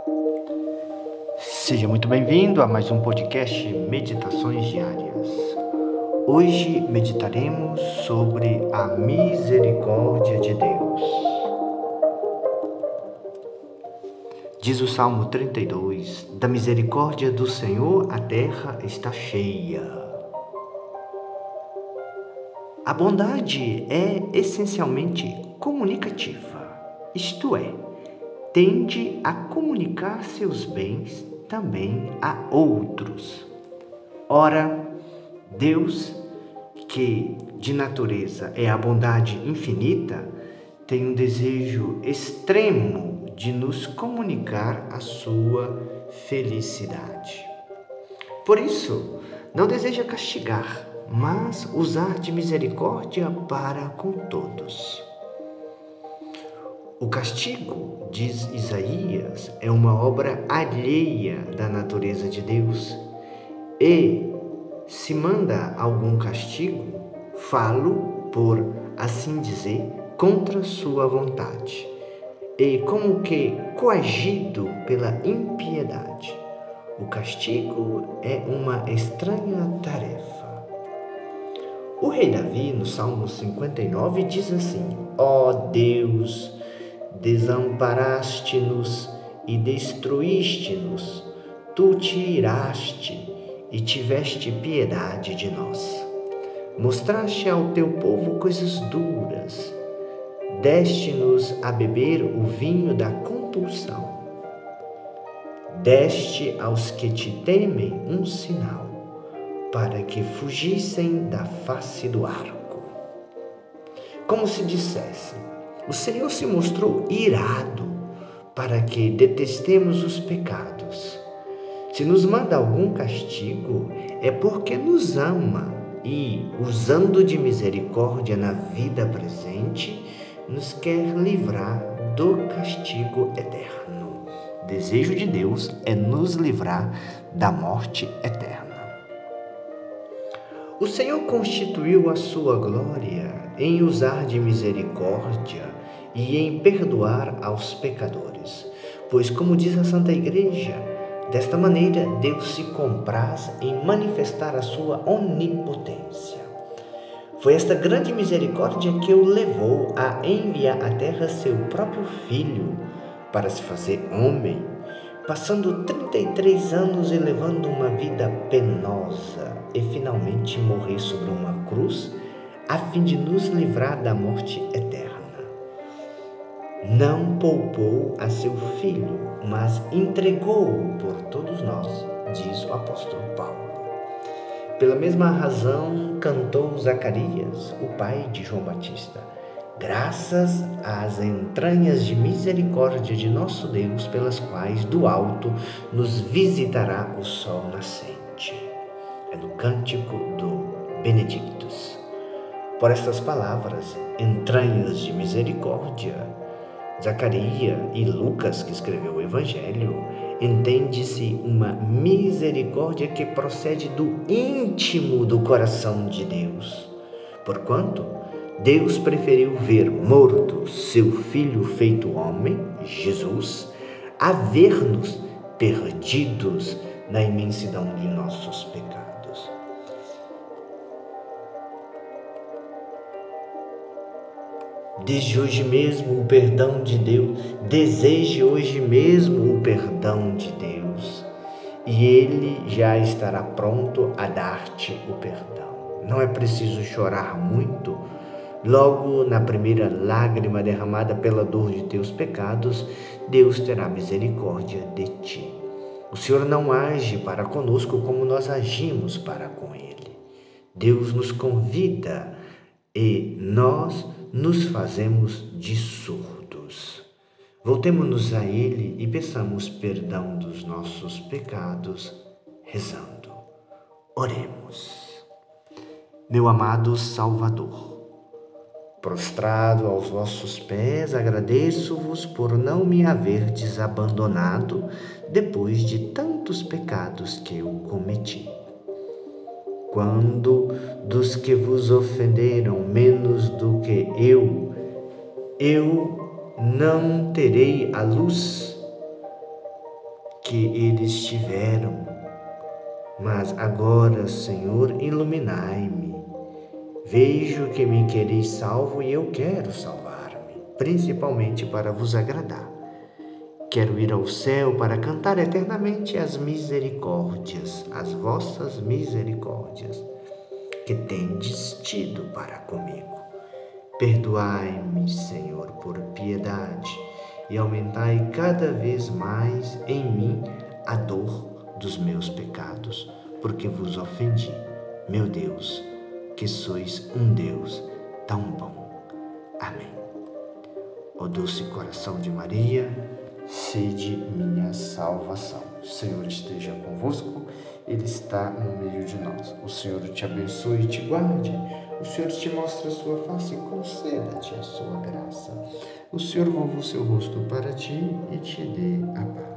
Seja muito bem-vindo a mais um podcast Meditações Diárias. Hoje meditaremos sobre a misericórdia de Deus. Diz o Salmo 32: da misericórdia do Senhor a terra está cheia. A bondade é essencialmente comunicativa, isto é, tende a comunicar seus bens também a outros. Ora, Deus, que de natureza é a bondade infinita, tem um desejo extremo de nos comunicar a sua felicidade. Por isso, não deseja castigar, mas usar de misericórdia para com todos. O castigo, diz Isaías, é uma obra alheia da natureza de Deus. E, se manda algum castigo, falo, por assim dizer, contra sua vontade, e como que coagido pela impiedade. O castigo é uma estranha tarefa. O rei Davi, no Salmo 59, diz assim: ó Deus, desamparaste-nos e destruíste-nos, tu te iraste e tiveste piedade de nós. Mostraste ao teu povo coisas duras, deste-nos a beber o vinho da compulsão. Deste aos que te temem um sinal, para que fugissem da face do arco. Como se dissesse: o Senhor se mostrou irado para que detestemos os pecados. Se nos manda algum castigo, é porque nos ama e, usando de misericórdia na vida presente, nos quer livrar do castigo eterno. O desejo de Deus é nos livrar da morte eterna. O Senhor constituiu a sua glória em usar de misericórdia e em perdoar aos pecadores, pois, como diz a Santa Igreja, desta maneira Deus se compraz em manifestar a sua onipotência. Foi esta grande misericórdia que o levou a enviar à terra seu próprio Filho para se fazer homem, passando 33 anos e levando uma vida penosa e finalmente morrer sobre uma cruz, a fim de nos livrar da morte eterna. Não poupou a seu Filho, mas entregou-o por todos nós, diz o apóstolo Paulo. Pela mesma razão cantou Zacarias, o pai de João Batista: graças às entranhas de misericórdia de nosso Deus, pelas quais do alto nos visitará o sol nascente. É no cântico do Benedictus. Por estas palavras, entranhas de misericórdia, Zacarias e Lucas, que escreveu o Evangelho, entende-se uma misericórdia que procede do íntimo do coração de Deus. Porquanto Deus preferiu ver morto seu Filho feito homem, Jesus, a ver-nos perdidos na imensidão de nossos pecados. Desde hoje mesmo o perdão de Deus, deseje hoje mesmo o perdão de Deus, e Ele já estará pronto a dar-te o perdão. Não é preciso chorar muito. Logo na primeira lágrima derramada pela dor de teus pecados, Deus terá misericórdia de ti. O Senhor não age para conosco como nós agimos para com Ele. Deus nos convida e nós nos fazemos de surdos. Voltemo-nos a Ele e peçamos perdão dos nossos pecados, rezando. Oremos. Meu amado Salvador, prostrado aos vossos pés, agradeço-vos por não me haverdes abandonado depois de tantos pecados que eu cometi. Quando dos que vos ofenderam menos do que eu não terei a luz que eles tiveram. Mas agora, Senhor, iluminai-me. Vejo que me quereis salvo e eu quero salvar-me, principalmente para vos agradar. Quero ir ao céu para cantar eternamente as misericórdias, as vossas misericórdias, que tendes tido para comigo. Perdoai-me, Senhor, por piedade, e aumentai cada vez mais em mim a dor dos meus pecados, porque vos ofendi, meu Deus, que sois um Deus tão bom. Amém. Ó doce coração de Maria, sede minha salvação. O Senhor esteja convosco, Ele está no meio de nós. O Senhor te abençoe e te guarde. O Senhor te mostre a sua face e conceda-te a sua graça. O Senhor volva o seu rosto para ti e te dê a paz.